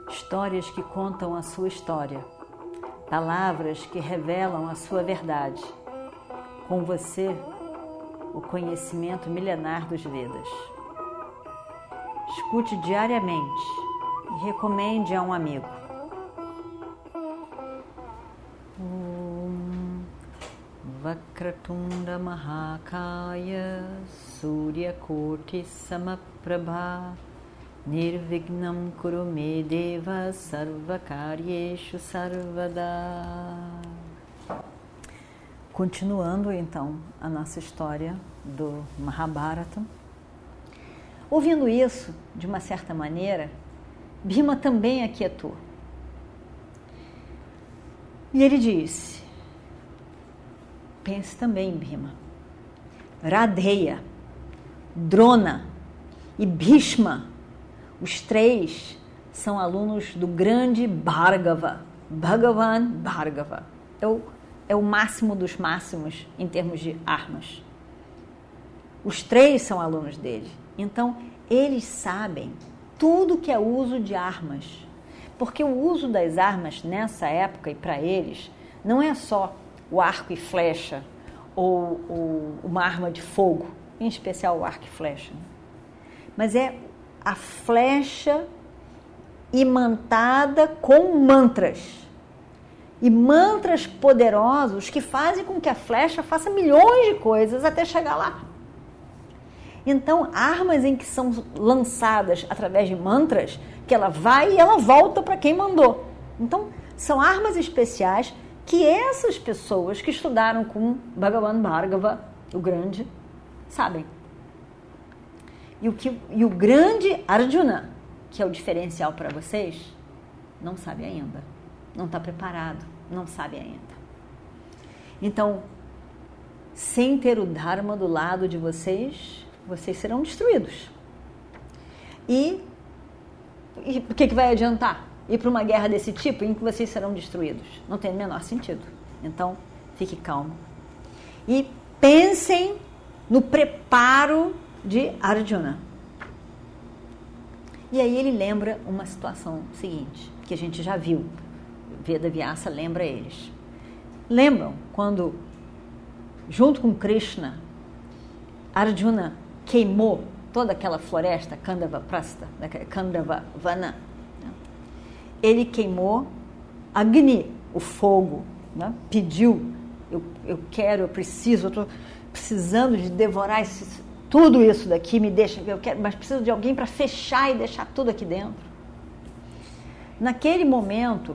histórias que contam a sua história, palavras que revelam a sua verdade. Com você, o conhecimento milenar dos Vedas. Escute diariamente e recomende a um amigo. Om Vakratunda Mahakaya Suryakoti Samaprabha Nirvignam Kurume Deva Sarvakaryeshu Sarvada. Continuando então a nossa história do Mahabharata. Ouvindo isso, de uma certa maneira, Bhima também aquietou. E ele disse: pense também, Bhima. Radheya, Drona e Bhishma, os três são alunos do grande Bhargava, Bhagavan Bhargava. É o máximo dos máximos em termos de armas. Os três são alunos dele. Então, eles sabem tudo que é uso de armas. Porque o uso das armas nessa época e para eles não é só o arco e flecha ou uma arma de fogo, em especial o arco e flecha, mas é a flecha imantada com mantras. E mantras poderosos que fazem com que a flecha faça milhões de coisas até chegar lá. Então, armas em que são lançadas através de mantras, que ela vai e ela volta para quem mandou. Então, são armas especiais que essas pessoas que estudaram com Bhagavan Bhargava, o grande, sabem. E o grande Arjuna, que é o diferencial para vocês, não sabe ainda. Não está preparado, não sabe ainda. Então, sem ter o Dharma do lado de vocês, vocês serão destruídos. E o que vai adiantar? Ir para uma guerra desse tipo em que vocês serão destruídos? Não tem o menor sentido. Então, fique calmo. E pensem no preparo de Arjuna. E aí ele lembra uma situação seguinte, que a gente já viu. Veda Vyasa lembra eles. Lembram quando, junto com Krishna, Arjuna queimou toda aquela floresta, Kandava Prasta, Kandava Vana? Ele queimou Agni, o fogo, né? Pediu, eu preciso, eu estou precisando de devorar tudo isso daqui, me deixa, mas preciso de alguém para fechar e deixar tudo aqui dentro. Naquele momento,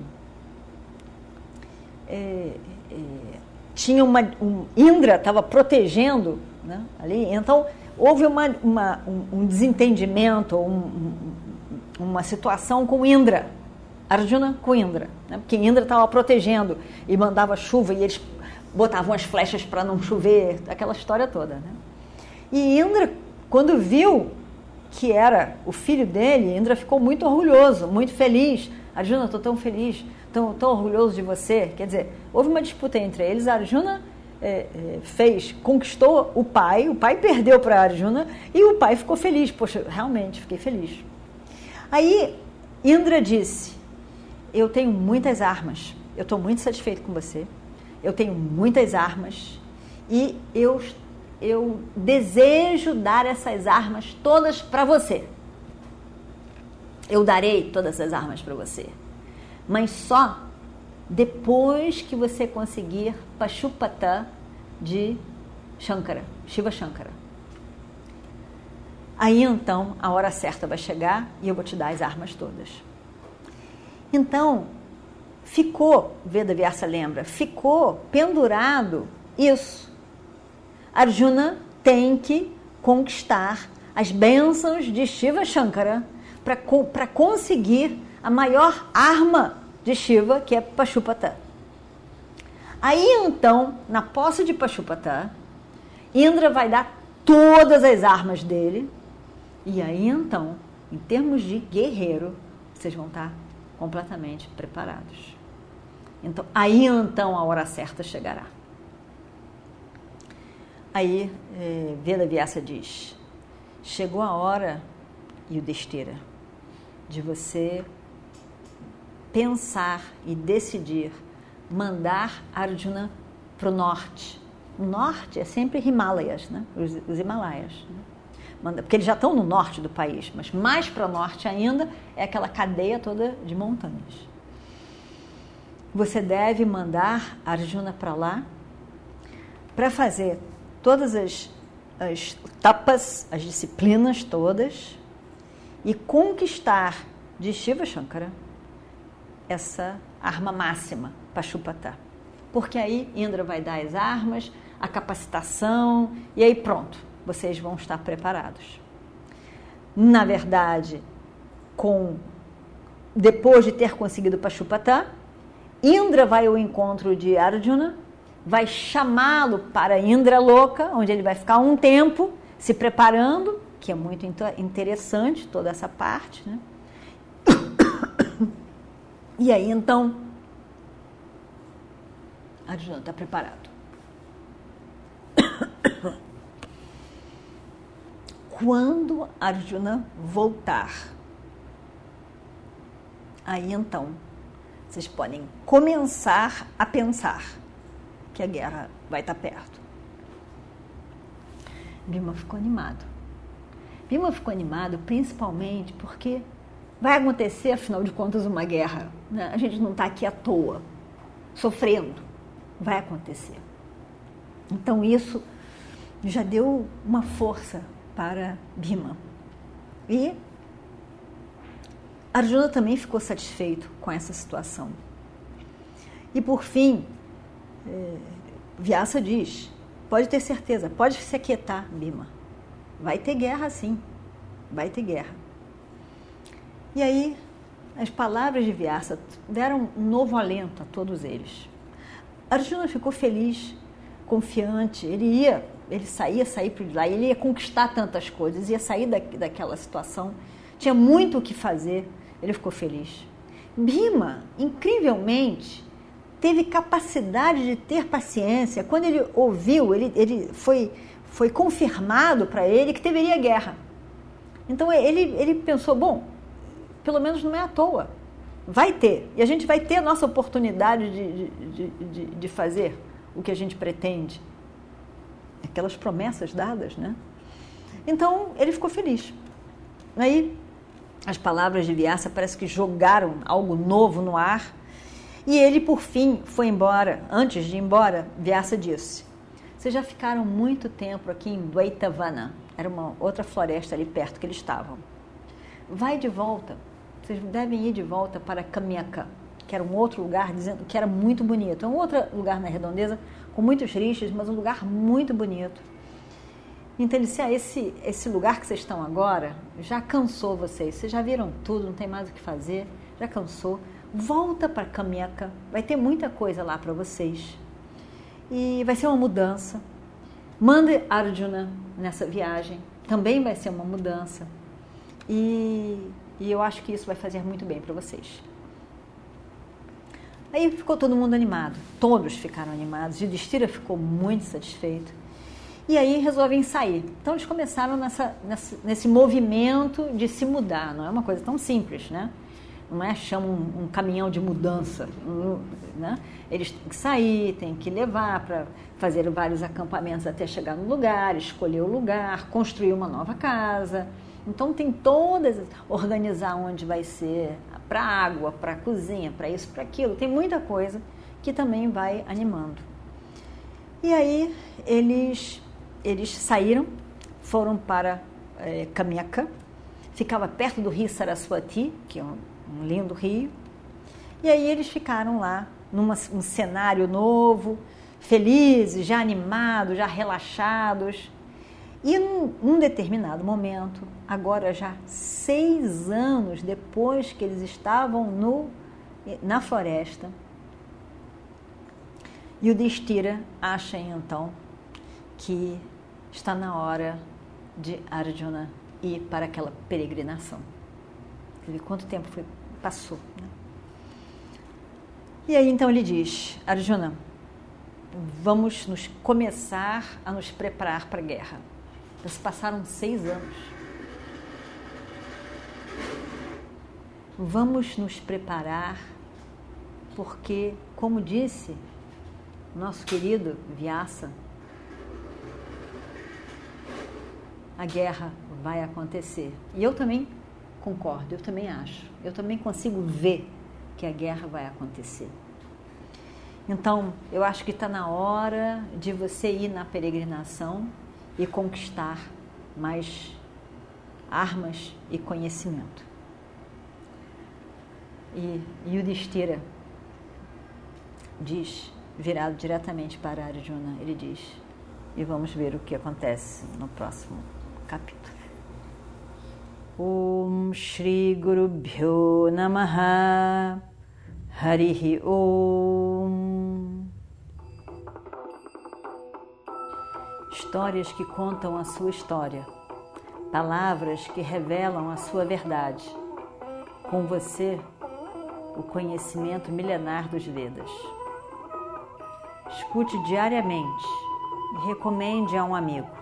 tinha Indra estava protegendo, né, ali, então houve um desentendimento, uma situação com Indra, Arjuna com Indra, né, porque Indra estava protegendo e mandava chuva e eles botavam as flechas para não chover, aquela história toda, né? E Indra, quando viu que era o filho dele, Indra ficou muito orgulhoso, muito feliz. Arjuna, estou tão feliz, tão orgulhoso de você. Quer dizer, houve uma disputa entre eles. Arjuna conquistou o pai perdeu para Arjuna e o pai ficou feliz. Poxa, realmente, fiquei feliz. Aí Indra disse: eu tenho muitas armas, eu estou muito satisfeito com você, eu tenho muitas armas e eu desejo dar essas armas todas para você. Eu darei todas as armas para você, mas só depois que você conseguir Pashupata de Shankara, Shiva Shankara. Aí então a hora certa vai chegar e eu vou te dar as armas todas. Então ficou, Veda Vyasa lembra, ficou pendurado isso. Arjuna tem que conquistar as bênçãos de Shiva Shankara para conseguir a maior arma de Shiva, que é Pashupata. Aí então, na posse de Pashupata, Indra vai dar todas as armas dele, e aí então, em termos de guerreiro, vocês vão estar completamente preparados. Então, aí então a hora certa chegará. Aí Veda Vyasa diz: chegou a hora, Yudhishthira, de você pensar e decidir mandar Arjuna para o norte. O norte é sempre Himalaias, né? Os Himalaias. Né? Porque eles já estão no norte do país, mas mais para o norte ainda é aquela cadeia toda de montanhas. Você deve mandar Arjuna para lá para fazer todas as tapas, as disciplinas todas e conquistar de Shiva Shankara essa arma máxima, Pashupata. Porque aí Indra vai dar as armas, a capacitação e aí pronto, vocês vão estar preparados. Na verdade, depois de ter conseguido Pashupata, Indra vai ao encontro de Arjuna, vai chamá-lo para Indra Loka, onde ele vai ficar um tempo se preparando, que é muito interessante toda essa parte, né? E aí então Arjuna está preparado. Quando Arjuna voltar, aí então vocês podem começar a pensar que a guerra vai estar perto. Bhima ficou animado. Bhima ficou animado principalmente porque vai acontecer, afinal de contas, uma guerra. Né? A gente não está aqui à toa, sofrendo. Vai acontecer. Então isso já deu uma força para Bhima. E Arjuna também ficou satisfeito com essa situação. E por fim, Vyasa diz, pode ter certeza, pode se aquietar, Bhima. Vai ter guerra sim, vai ter guerra. E aí, as palavras de Vyasa deram um novo alento a todos eles. Arjuna ficou feliz, confiante, ele saía por lá, ele ia conquistar tantas coisas, ia sair daquela situação, tinha muito o que fazer, ele ficou feliz. Bhima, incrivelmente, teve capacidade de ter paciência. Quando ele ouviu, ele foi confirmado para ele que teria guerra. Então ele pensou, bom, pelo menos não é à toa, vai ter, e a gente vai ter a nossa oportunidade de fazer o que a gente pretende. Aquelas promessas dadas, né? Então, ele ficou feliz. Aí, as palavras de Vyasa parece que jogaram algo novo no ar, e ele, por fim, foi embora. Antes de ir embora, Vyasa disse, vocês já ficaram muito tempo aqui em Dvaitavana, era uma outra floresta ali perto que eles estavam. Vai de volta, vocês devem ir de volta para Kamyaka, que era um outro lugar, dizendo que era muito bonito. É um outro lugar na redondeza, com muitos rishis, mas um lugar muito bonito. Então ele disse, esse lugar que vocês estão agora, já cansou vocês já viram tudo, não tem mais o que fazer, já cansou. Volta para Kamyaka, vai ter muita coisa lá para vocês. E vai ser uma mudança. Mande Arjuna nessa viagem, também vai ser uma mudança. E eu acho que isso vai fazer muito bem para vocês. Aí ficou todo mundo animado, todos ficaram animados, Yudhishthira ficou muito satisfeito. E aí resolvem sair. Então eles começaram nesse movimento de se mudar, não é uma coisa tão simples, né? Não é chamam um caminhão de mudança, né? Eles têm que sair, têm que levar para fazer vários acampamentos até chegar no lugar, escolher o lugar, construir uma nova casa. Então tem organizar onde vai ser para água, para cozinha, para isso, para aquilo. Tem muita coisa que também vai animando. E aí eles saíram, foram para Kamyaka, ficava perto do rio Saraswati, que é um lindo rio. E aí eles ficaram lá, num cenário novo, felizes, já animados, já relaxados. E num determinado momento, agora já 6 anos depois que eles estavam na floresta, Yudhishthira acha então que está na hora de Arjuna ir para aquela peregrinação. Quer dizer, quanto tempo passou, né? E aí então ele diz, Arjuna, vamos começar a nos preparar para a guerra. Já se passaram 6 anos. Vamos nos preparar porque, como disse nosso querido Vyasa, a guerra vai acontecer. E eu também concordo, eu também acho, eu também consigo ver que a guerra vai acontecer. Então, eu acho que está na hora de você ir na peregrinação e conquistar mais armas e conhecimento. E Yudhishthira diz, virado diretamente para Arjuna, ele diz, e vamos ver o que acontece no próximo capítulo. Om Shri Guru Bhyo Namaha Harihi Om. Histórias que contam a sua história, palavras que revelam a sua verdade. Com você, o conhecimento milenar dos Vedas. Escute diariamente e recomende a um amigo.